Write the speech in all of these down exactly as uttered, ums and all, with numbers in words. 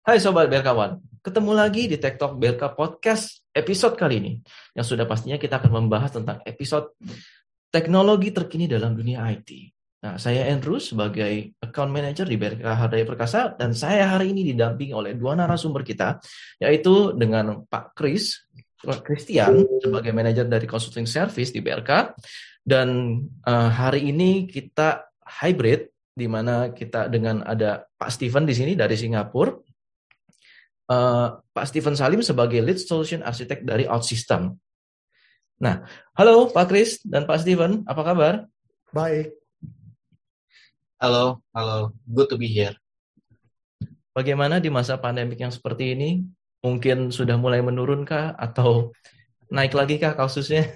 Hai Sobat Berkawan, ketemu lagi di Tech Talk Berka Podcast episode kali ini. Yang sudah pastinya kita akan membahas tentang episode teknologi terkini dalam dunia I T. Nah, saya Andrew sebagai Account Manager di B R K Hardaya Perkasa, dan saya hari ini didampingi oleh dua narasumber kita, yaitu dengan Pak Chris, Christian sebagai Manager dari Consulting Service di B R K, dan uh, hari ini kita hybrid, di mana kita dengan ada Pak Steven di sini dari Singapura, Uh, Pak Steven Salim sebagai Lead Solution Architect dari OutSystem. Nah, halo Pak Chris dan Pak Steven, apa kabar? Baik. Halo, halo. Good to be here. Bagaimana di masa pandemik yang seperti ini? Mungkin sudah mulai menurunkah atau naik lagi kah kasusnya?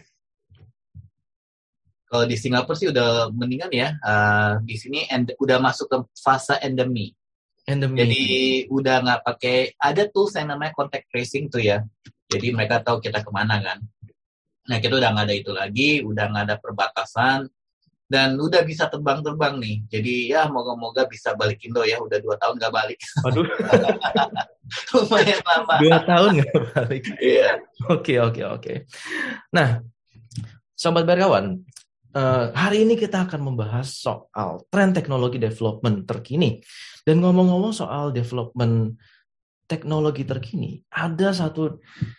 Kalau di Singapura sih udah mendingan ya. Uh, di sini end, udah masuk ke fase endemi. Endemi. Jadi udah nggak pakai, ada tools yang namanya contact tracing tuh ya. Jadi mereka tahu kita kemana kan. Nah kita udah nggak ada itu lagi, udah nggak ada perbatasan, dan udah bisa terbang-terbang nih. Jadi ya moga-moga bisa balik Indo ya, udah dua tahun nggak balik. Aduh. Lumayan lama. Dua tahun nggak balik. Iya. Oke, oke, oke. Nah, Sobat Berkawan, Uh, hari ini kita akan membahas soal tren teknologi development terkini. Dan ngomong-ngomong soal development teknologi terkini, ada satu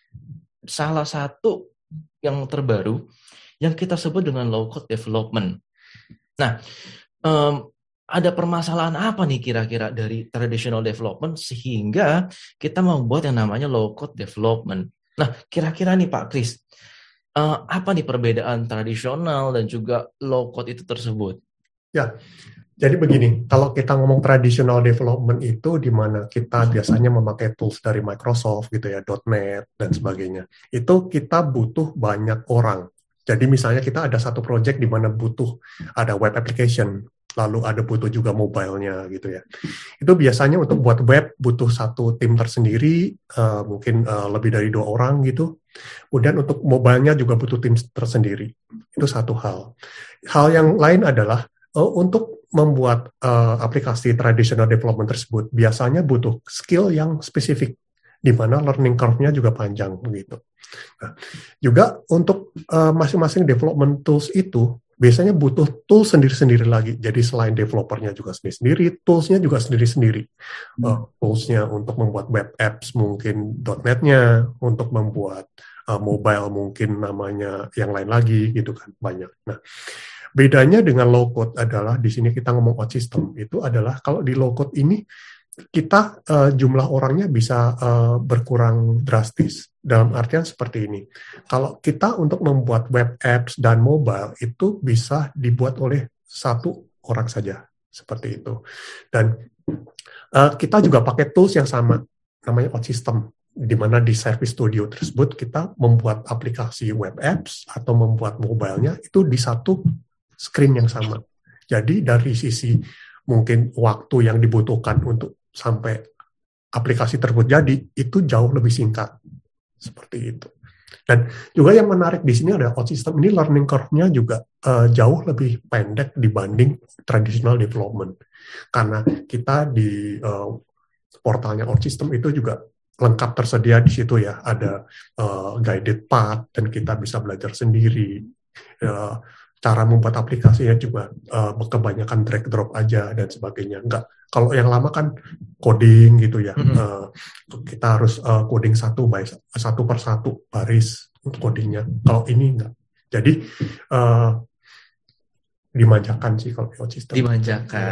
salah satu yang terbaru yang kita sebut dengan low code development. Nah, um, ada permasalahan apa nih kira-kira dari traditional development sehingga kita membuat yang namanya low code development? Nah, kira-kira nih Pak Chris, Uh, apa nih perbedaan tradisional dan juga low code itu tersebut? Ya, jadi begini, kalau kita ngomong traditional development itu di mana kita biasanya memakai tools dari Microsoft gitu ya, .NET dan sebagainya. Itu kita butuh banyak orang. Jadi misalnya kita ada satu project di mana butuh ada web application, lalu ada butuh juga mobile-nya gitu ya. Itu biasanya untuk buat web butuh satu tim tersendiri, uh, mungkin uh, lebih dari dua orang gitu. Kemudian untuk mobile-nya juga butuh tim tersendiri. Itu satu hal. Hal yang lain adalah uh, untuk membuat uh, aplikasi traditional development tersebut biasanya butuh skill yang spesifik, di mana learning curve-nya juga panjang gitu. Nah, juga untuk uh, masing-masing development tools itu biasanya butuh tools sendiri-sendiri lagi. Jadi selain developernya juga sendiri-sendiri, toolsnya juga sendiri-sendiri. Hmm. Uh, toolsnya untuk membuat web apps mungkin .NET-nya, untuk membuat uh, mobile mungkin namanya yang lain lagi gitu kan, banyak. Nah, bedanya dengan low code adalah di sini kita ngomong OutSystem, itu adalah kalau di low code ini kita uh, jumlah orangnya bisa uh, berkurang drastis. Dalam artian seperti ini, kalau kita untuk membuat web apps dan mobile itu bisa dibuat oleh satu orang saja, seperti itu. Dan uh, kita juga pakai tools yang sama, namanya OutSystem, di mana di Service Studio tersebut kita membuat aplikasi web apps atau membuat mobile-nya itu di satu screen yang sama. Jadi dari sisi mungkin waktu yang dibutuhkan untuk sampai aplikasi tersebut jadi, itu jauh lebih singkat. Seperti itu. Dan juga yang menarik di sini adalah OutSystem ini learning curve-nya juga uh, jauh lebih pendek dibanding traditional development. Karena kita di uh, portalnya OutSystem itu juga lengkap tersedia di situ ya. Ada uh, guided path dan kita bisa belajar sendiri. Uh, cara membuat aplikasinya juga uh, kebanyakan drag drop aja dan sebagainya. Enggak, kalau yang lama kan coding gitu ya, mm-hmm. uh, kita harus uh, coding satu by satu per satu baris untuk codingnya. Kalau ini enggak, jadi uh, dimanjakan sih kalau OutSystem. Dimanjakan.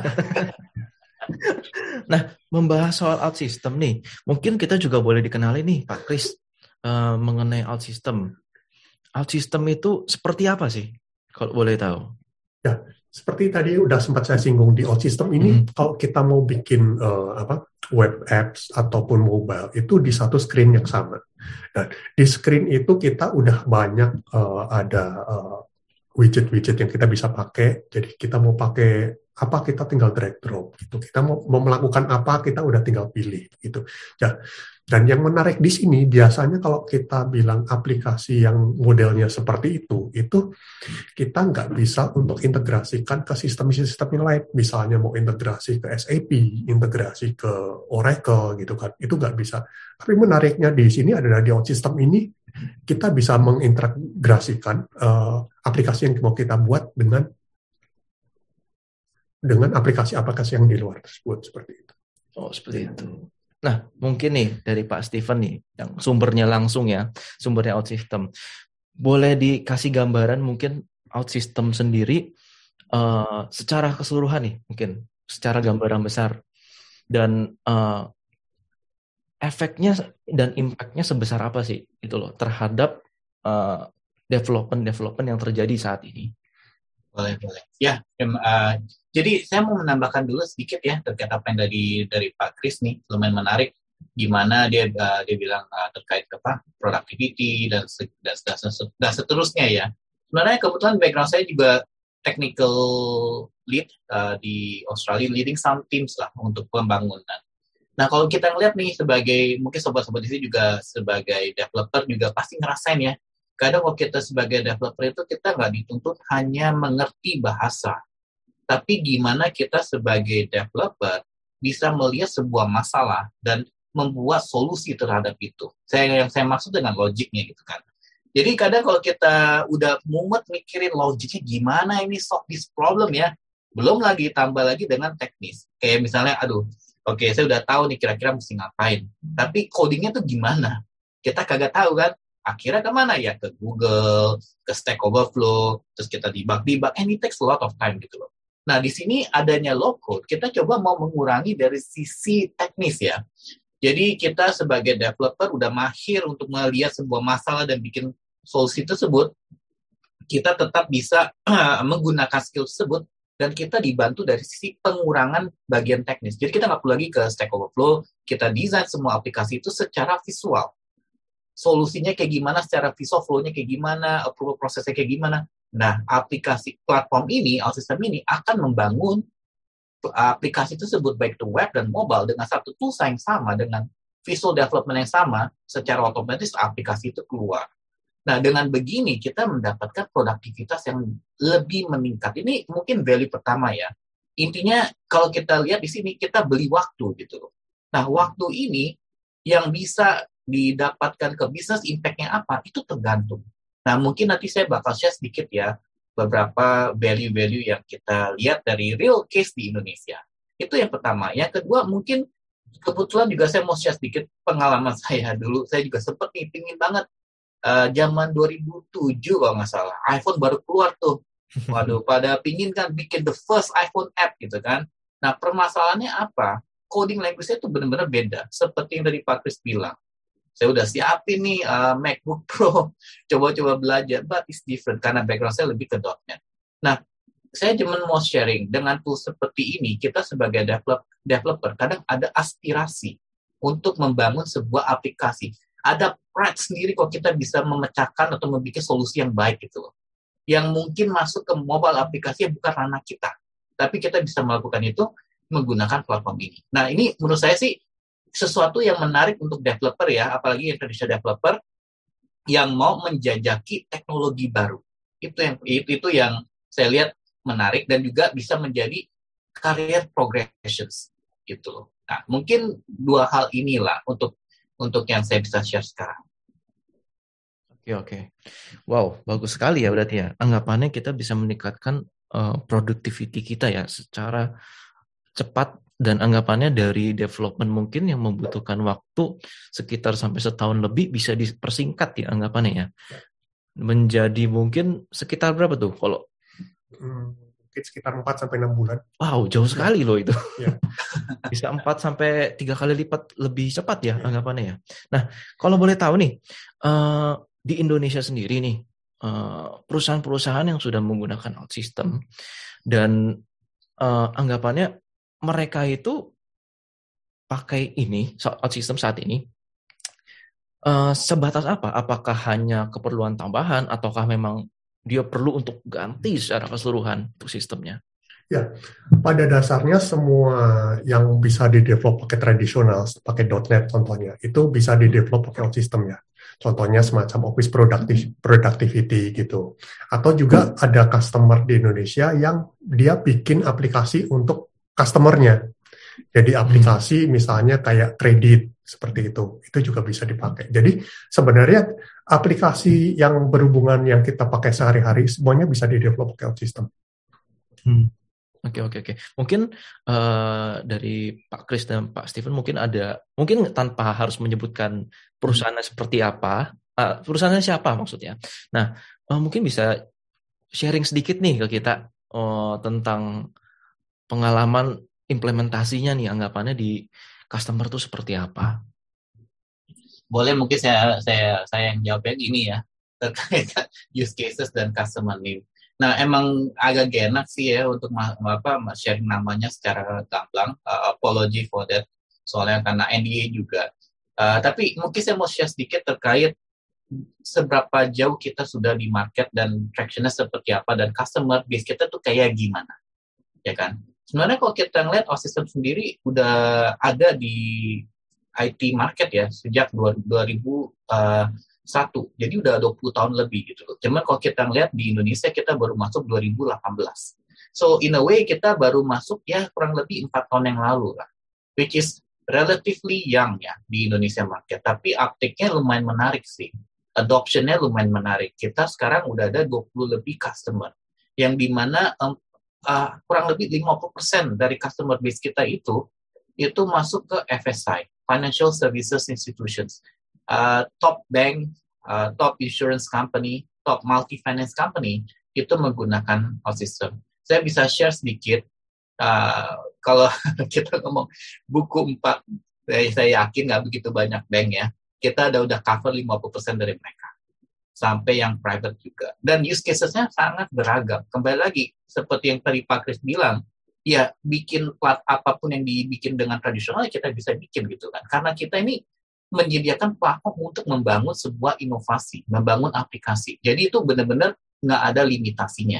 Nah, membahas soal OutSystem nih, mungkin kita juga boleh dikenali nih Pak Chris uh, mengenai OutSystem. OutSystem itu seperti apa sih? Kalau boleh tahu. Ya, seperti tadi udah sempat saya singgung di OutSystem ini, mm-hmm. kalau kita mau bikin uh, apa web apps ataupun mobile itu di satu screen yang sama. Dan di screen itu kita udah banyak uh, ada uh, widget-widget yang kita bisa pakai. Jadi kita mau pakai apa, kita tinggal drag drop gitu. Kita mau, mau melakukan apa, kita udah tinggal pilih gitu. Ya. Dan yang menarik di sini biasanya kalau kita bilang aplikasi yang modelnya seperti itu, itu kita nggak bisa untuk integrasikan ke sistem-sistem yang lain. Misalnya mau integrasi ke S A P, integrasi ke Oracle gitu kan, itu nggak bisa. Tapi menariknya di sini adalah di OutSystem ini kita bisa mengintegrasikan uh, aplikasi yang mau kita buat dengan dengan aplikasi-aplikasi yang di luar tersebut seperti itu. Oh, seperti itu. Nah, mungkin nih dari Pak Steven nih, yang sumbernya langsung ya, sumbernya OutSystem. Boleh dikasih gambaran mungkin OutSystem sendiri uh, secara keseluruhan nih, mungkin secara gambaran besar. Dan uh, efeknya dan impact-nya sebesar apa sih itu loh terhadap uh, development-development yang terjadi saat ini? Boleh, boleh. Ya, em, uh, jadi saya mau menambahkan dulu sedikit ya terkait apa yang dari dari Pak Kris nih, lumayan menarik. Gimana dia uh, dia bilang uh, terkait apa productivity dan dan, dan dan seterusnya ya. Sebenarnya kebetulan background saya juga technical lead uh, di Australia, leading some teams lah untuk pembangunan. Nah kalau kita ngeliat nih sebagai mungkin sobat-sobat di sini juga sebagai developer juga pasti ngerasain ya. Kadang kalau kita sebagai developer itu kita nggak dituntut hanya mengerti bahasa, tapi gimana kita sebagai developer bisa melihat sebuah masalah dan membuat solusi terhadap itu. Saya yang saya maksud dengan logiknya gitu kan. Jadi kadang kalau kita udah mumet mikirin logiknya gimana ini solve this problem ya, belum lagi tambah lagi dengan teknis. Kayak misalnya, aduh, oke okay, saya udah tahu nih kira-kira mesti ngapain, tapi codingnya tuh gimana? Kita kagak tahu kan. Akhirnya kemana ya? Ke Google, ke Stack Overflow, terus kita debug-debug, and it takes a lot of time gitu loh. Nah, di sini adanya low code, kita coba mau mengurangi dari sisi teknis ya. Jadi kita sebagai developer udah mahir untuk melihat sebuah masalah dan bikin solusi tersebut, kita tetap bisa menggunakan skill tersebut, dan kita dibantu dari sisi pengurangan bagian teknis. Jadi kita nggak perlu lagi ke Stack Overflow, kita desain semua aplikasi itu secara visual. Solusinya kayak gimana, secara visual flow-nya kayak gimana, approval prosesnya kayak gimana. Nah, aplikasi platform ini, OutSystem ini akan membangun aplikasi tersebut baik itu web dan mobile dengan satu tools yang sama, dengan visual development yang sama, secara otomatis aplikasi itu keluar. Nah, dengan begini kita mendapatkan produktivitas yang lebih meningkat. Ini mungkin value pertama ya. Intinya kalau kita lihat di sini kita beli waktu gitu. Nah, waktu ini yang bisa didapatkan ke bisnis impact-nya apa, itu tergantung. Nah, mungkin nanti saya bakal share sedikit ya, beberapa value-value yang kita lihat dari real case di Indonesia. Itu yang pertama. Yang kedua, mungkin kebetulan juga saya mau share sedikit pengalaman saya dulu. Saya juga sempat nih, pingin banget, uh, zaman dua ribu tujuh kalau nggak salah, iPhone baru keluar tuh. Waduh, pada pingin kan bikin the first iPhone app gitu kan. Nah, permasalahannya apa? Coding language-nya itu benar-benar beda. Seperti yang tadi Pak Kris bilang. Saya udah siapin nih uh, MacBook Pro, coba-coba belajar, but it's different karena background saya lebih ke dot net. Nah, saya cuma mau sharing dengan tool seperti ini, kita sebagai develop, developer kadang ada aspirasi untuk membangun sebuah aplikasi. Ada pride sendiri kalau kita bisa memecahkan atau membuat solusi yang baik gitu loh. Yang mungkin masuk ke mobile aplikasi yang bukan ranah kita. Tapi kita bisa melakukan itu menggunakan platform ini. Nah, ini menurut saya sih sesuatu yang menarik untuk developer ya, apalagi yang traditional developer yang mau menjajaki teknologi baru. Itu yang itu, itu yang saya lihat menarik dan juga bisa menjadi career progressions gitu. Nah, mungkin dua hal inilah untuk untuk yang saya bisa share sekarang. Oke, oke. Wow, bagus sekali ya berarti ya. Anggapannya kita bisa meningkatkan uh, productivity kita ya secara cepat. Dan anggapannya dari development mungkin yang membutuhkan waktu sekitar sampai setahun lebih bisa dipersingkat ya anggapannya ya. Menjadi mungkin sekitar berapa tuh kalau? Hmm, mungkin sekitar empat sampai enam bulan. Wow, jauh sekali loh itu. Ya. Bisa empat sampai tiga kali lipat lebih cepat ya anggapannya ya. Nah, kalau boleh tahu nih, uh, di Indonesia sendiri nih, uh, perusahaan-perusahaan yang sudah menggunakan OutSystem dan uh, anggapannya mereka itu pakai ini, OutSystem saat ini, uh, sebatas apa? Apakah hanya keperluan tambahan, ataukah memang dia perlu untuk ganti secara keseluruhan untuk sistemnya? Ya, pada dasarnya semua yang bisa di-develop pakai tradisional, pakai .NET contohnya, itu bisa di-develop pakai OutSystem ya. Contohnya semacam Office Productiv- Productivity gitu. Atau juga ada customer di Indonesia yang dia bikin aplikasi untuk customernya. Jadi aplikasi misalnya kayak kredit, seperti itu. Itu juga bisa dipakai. Jadi sebenarnya aplikasi yang berhubungan yang kita pakai sehari-hari, semuanya bisa di-develop pakai OutSystem. Hmm. Oke oke oke. Mungkin uh, dari Pak Kris dan Pak Steven mungkin ada, mungkin tanpa harus menyebutkan perusahaannya seperti apa, uh, perusahaannya siapa maksudnya. Nah, uh, mungkin bisa sharing sedikit nih ke kita uh, tentang pengalaman implementasinya nih, anggapannya di customer tuh seperti apa. Boleh mungkin saya saya saya yang jawabnya gini ya, terkait use cases dan customer need. Nah, emang agak enak sih ya untuk ma- apa sharing namanya secara gamblang. Uh, apology for that, soalnya karena N D A juga. Uh, tapi mungkin saya mau share sedikit terkait seberapa jauh kita sudah di market dan traction-nya seperti apa dan customer base kita tuh kayak gimana, ya kan? Sebenarnya kalau kita ngeliat OutSystem sendiri udah ada di I T market ya sejak dua ribu satu, jadi udah dua puluh tahun lebih gitu loh. Cuman kalau kita ngeliat di Indonesia kita baru masuk dua ribu delapan belas. So in a way kita baru masuk ya kurang lebih empat tahun yang lalu lah, which is relatively young ya di Indonesia market. Tapi uptake-nya lumayan menarik sih, adoption-nya lumayan menarik. Kita sekarang udah ada dua puluh lebih customer, yang dimana um, uh, kurang lebih lima puluh persen dari customer base kita itu itu masuk ke F S I, Financial Services Institutions. Uh, top bank, uh, top insurance company, top multi-finance company, itu menggunakan OutSystem. Saya bisa share sedikit, uh, kalau kita ngomong buku empat, saya, saya yakin nggak begitu banyak bank ya, kita udah udah cover lima puluh persen dari mereka, sampai yang private juga. Dan use cases-nya sangat beragam. Kembali lagi, seperti yang tadi Pak Kris bilang, ya bikin plat apapun yang dibikin dengan tradisional, kita bisa bikin gitu kan. Karena kita ini menyediakan platform untuk membangun sebuah inovasi, membangun aplikasi. Jadi itu benar-benar nggak ada limitasinya.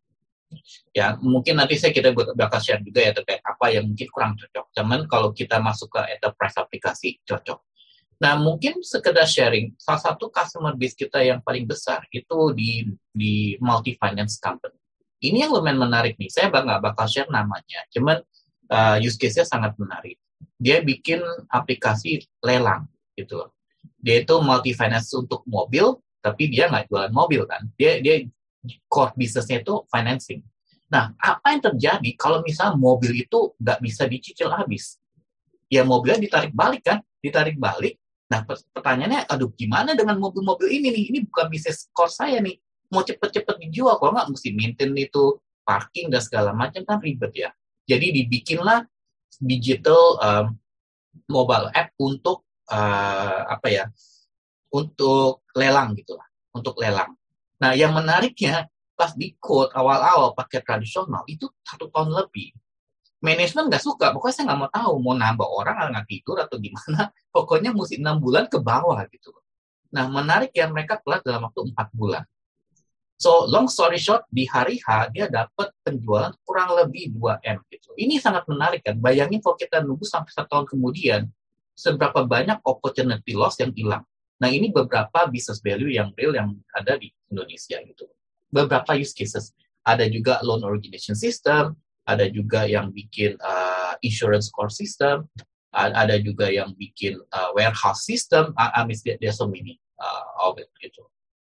Ya, mungkin nanti saya kita bakal share juga ya terkait apa yang mungkin kurang cocok. Cuman kalau kita masuk ke enterprise aplikasi, cocok. Nah, mungkin sekedar sharing, salah satu customer base kita yang paling besar itu di di multi finance company. Ini yang lumayan menarik nih. Saya nggak bakal share namanya, cuman uh, use case-nya sangat menarik. Dia bikin aplikasi lelang gitu. Dia itu multi finance untuk mobil, tapi dia nggak jualan mobil kan. Dia dia core business-nya itu financing. Nah, apa yang terjadi kalau misalnya mobil itu nggak bisa dicicil habis? Ya mobilnya ditarik balik kan, ditarik balik. Nah, pertanyaannya, aduh gimana dengan mobil-mobil ini nih? Ini bukan bisnis core saya nih. Mau cepet-cepet dijual, kalau nggak mesti maintain itu, parking dan segala macam kan ribet ya. Jadi dibikinlah digital um, mobile app untuk uh, apa ya? Untuk lelang gitulah, untuk lelang. Nah, yang menariknya pas di code awal-awal pakai tradisional itu satu tahun lebih. Manajemen nggak suka, pokoknya saya nggak mau tahu mau nambah orang nggak tidur atau gimana, pokoknya mesti enam bulan ke bawah gitu. Nah, menarik ya mereka kelar dalam waktu empat bulan. So, long story short, di hari H dia dapat penjualan kurang lebih dua M gitu. Ini sangat menarik kan, bayangin kalau kita nunggu sampai satu tahun kemudian, seberapa banyak opportunity loss yang hilang. Nah, ini beberapa business value yang real yang ada di Indonesia gitu. Beberapa use cases, ada juga loan origination system, ada juga yang bikin uh, insurance core system, ada juga yang bikin uh, warehouse system. I mean, there's so many uh, of it gitu.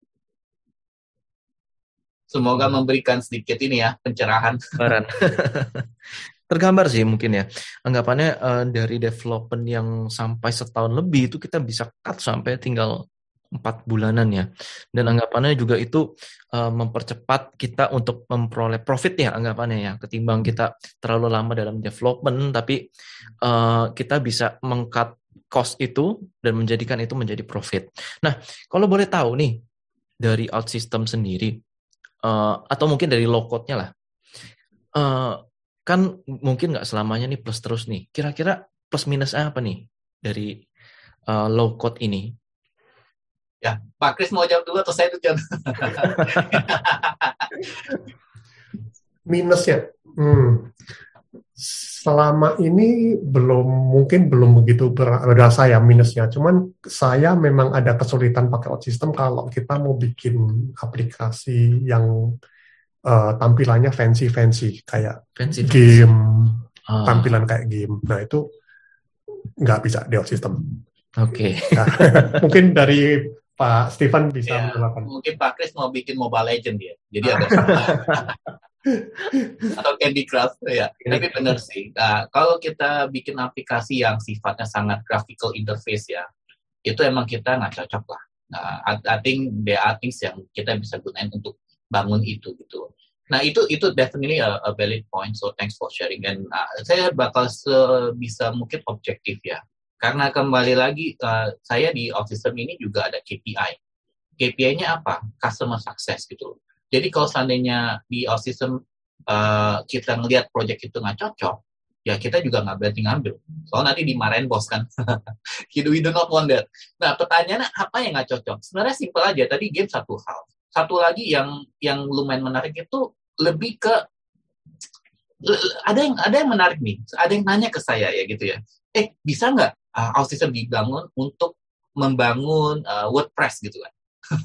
Semoga memberikan sedikit ini ya pencerahan. Tergambar sih mungkin ya. Anggapannya uh, dari development yang sampai setahun lebih itu kita bisa cut sampai tinggal empat bulanan ya. Dan anggapannya juga itu uh, mempercepat kita untuk memperoleh profit ya anggapannya ya. Ketimbang kita terlalu lama dalam development tapi uh, kita bisa meng-cut cost itu dan menjadikan itu menjadi profit. Nah, kalau boleh tahu nih dari OutSystem sendiri uh, atau mungkin dari low code-nya lah. Uh, kan mungkin nggak selamanya nih plus terus nih. Kira-kira plus minusnya apa nih dari uh, low code ini? Ya, Pak Kris mau jawab dulu atau saya dulu? Minusnya, hmm, selama ini belum mungkin belum begitu berasa ya minusnya. Cuman saya memang ada kesulitan pakai OutSystem kalau kita mau bikin aplikasi yang uh, tampilannya fancy-fancy kayak Fancy, fancy. game, Ah. tampilan kayak game. Nah itu nggak bisa di OutSystem. Oke. Okay. Nah, mungkin dari Pak Stephen bisa ya, menjelaskan. Mungkin Pak Kris mau bikin Mobile Legend ya, jadi agak atau Candy Crush ya. Tapi benar sih. Nah, kalau kita bikin aplikasi yang sifatnya sangat graphical interface ya, itu emang kita nggak cocok lah. Nah, I, I think there are things yang kita bisa gunain untuk bangun itu gitu. Nah itu itu definitely a, a valid point. So thanks for sharing. Dan uh, saya bakal sebisa mungkin objektif ya. Karena kembali lagi uh, saya di OutSystem ini juga ada K P I. K P I-nya apa? Customer success gitu. Jadi kalau seandainya di OutSystem uh, kita ngelihat project itu nggak cocok, ya kita juga nggak berani ngambil. Soalnya nanti dimarahin bos kan. We do not want that. Nah pertanyaannya apa yang nggak cocok? Sebenarnya simpel aja. Tadi game satu hal. Satu lagi yang yang lumayan menarik itu lebih ke ada yang ada yang menarik nih. Ada yang nanya ke saya ya gitu ya. Eh bisa nggak uh, OutSystem dibangun untuk membangun uh, WordPress gitu kan?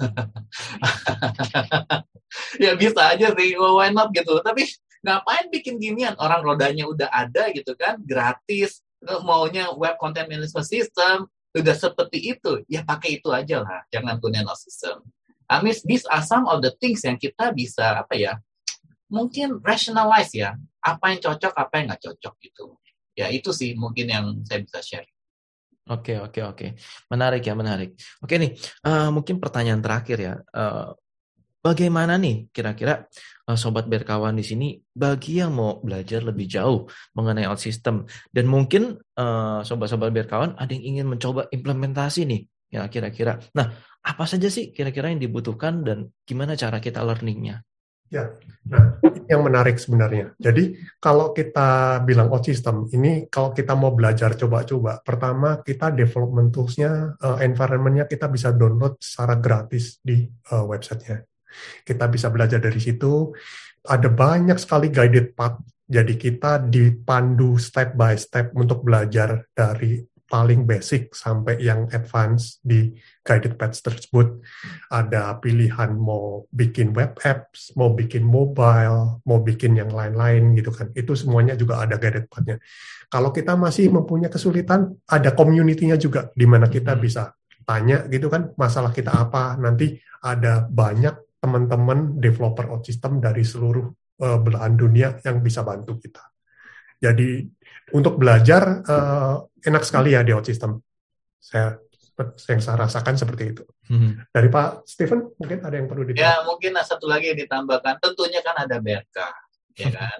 Ya bisa aja sih, why not gitu. Tapi ngapain bikin ginian? Orang rodanya udah ada gitu kan, gratis. Maunya web content management system, udah seperti itu. Ya pakai itu aja lah, jangan gunain OutSystem. I mean, these are some of the things yang kita bisa apa ya? Mungkin rationalize ya, apa yang cocok, apa yang nggak cocok gitu. Ya itu sih mungkin yang saya bisa share. Oke, oke, oke. Menarik ya, menarik. Oke nih, uh, mungkin pertanyaan terakhir ya. Uh, bagaimana nih kira-kira uh, Sobat Berkawan di sini bagi yang mau belajar lebih jauh mengenai OutSystem. Dan mungkin uh, Sobat-Sobat Berkawan ada yang ingin mencoba implementasi nih, ya kira-kira. Nah, apa saja sih kira-kira yang dibutuhkan dan gimana cara kita learning-nya? Ya, nah ini yang menarik sebenarnya. Jadi kalau kita bilang OutSystem, ini kalau kita mau belajar coba-coba, pertama kita development tools-nya, uh, environment-nya kita bisa download secara gratis di uh, website-nya. Kita bisa belajar dari situ. Ada banyak sekali guided path, jadi kita dipandu step by step untuk belajar dari paling basic sampai yang advance di guided path tersebut. Ada pilihan mau bikin web apps, mau bikin mobile, mau bikin yang lain-lain gitu kan. Itu semuanya juga ada guided path-nya. Kalau kita masih mempunyai kesulitan, ada community-nya juga di mana kita bisa tanya gitu kan, masalah kita apa. Nanti ada banyak teman-teman developer OutSystem dari seluruh uh, belahan dunia yang bisa bantu kita. Jadi untuk belajar uh, enak sekali ya di OutSystem. Saya yang saya rasakan seperti itu. Hmm. Dari Pak Stephen mungkin ada yang perlu ditambahkan? Ya mungkin satu lagi yang ditambahkan. Tentunya kan ada B R K, ya kan.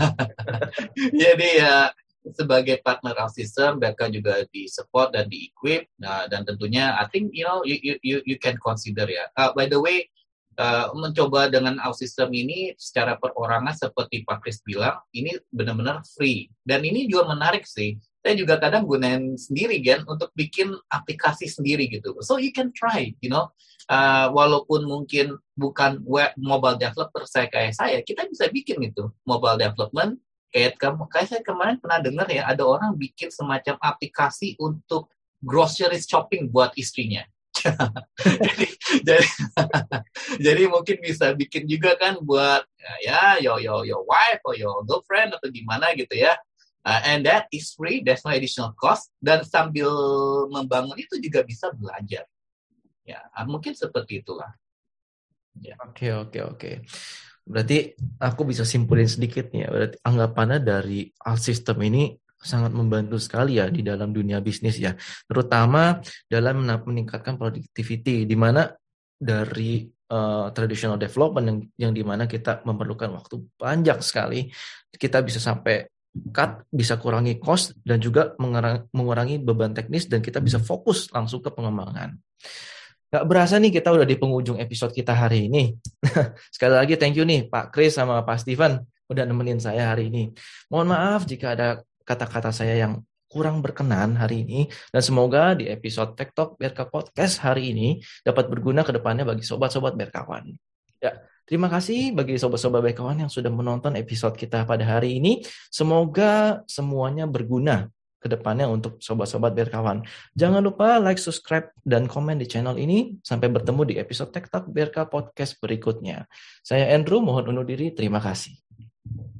Jadi ya sebagai partner OutSystem, B R K juga di support dan di equip. Nah, dan tentunya I think you know you you you can consider ya. Uh, by the way. Uh, mencoba dengan OutSystem ini secara perorangan seperti Pak Kris bilang, ini benar-benar free. Dan ini juga menarik sih. Saya juga kadang gunain sendiri kan untuk bikin aplikasi sendiri gitu. So you can try, you know. Uh, walaupun mungkin bukan web mobile developer saya kayak saya, kita bisa bikin itu mobile development. Kayak kamu, kayak saya kemarin pernah dengar ya, ada orang bikin semacam aplikasi untuk grocery shopping buat istrinya. jadi jadi jadi mungkin bisa bikin juga kan buat ya your your your wife or your girlfriend atau gimana gitu ya, uh, and that is free, there's no additional cost, dan sambil membangun itu juga bisa belajar ya, uh, mungkin seperti itulah ya. Oke oke oke berarti aku bisa simpulin sedikit nih ya, berarti anggapannya dari OutSystem ini sangat membantu sekali ya di dalam dunia bisnis ya, terutama dalam meningkatkan productivity, di mana dari uh, traditional development yang, yang di mana kita memerlukan waktu panjang sekali, kita bisa sampai cut, bisa kurangi cost dan juga mengurangi, mengurangi beban teknis, dan kita bisa fokus langsung ke pengembangan. Gak berasa nih kita udah di penghujung episode kita hari ini. Sekali lagi thank you nih Pak Kris sama Pak Stephen udah nemenin saya hari ini. Mohon maaf jika ada kata-kata saya yang kurang berkenan hari ini. Dan semoga di episode Tech Talk B R K Podcast hari ini dapat berguna ke depannya bagi sobat-sobat Berkawan. Ya, terima kasih bagi sobat-sobat Berkawan yang sudah menonton episode kita pada hari ini. Semoga semuanya berguna ke depannya untuk sobat-sobat Berkawan. Jangan lupa like, subscribe, dan komen di channel ini. Sampai bertemu di episode Tech Talk B R K Podcast berikutnya. Saya Andrew, mohon undur diri. Terima kasih.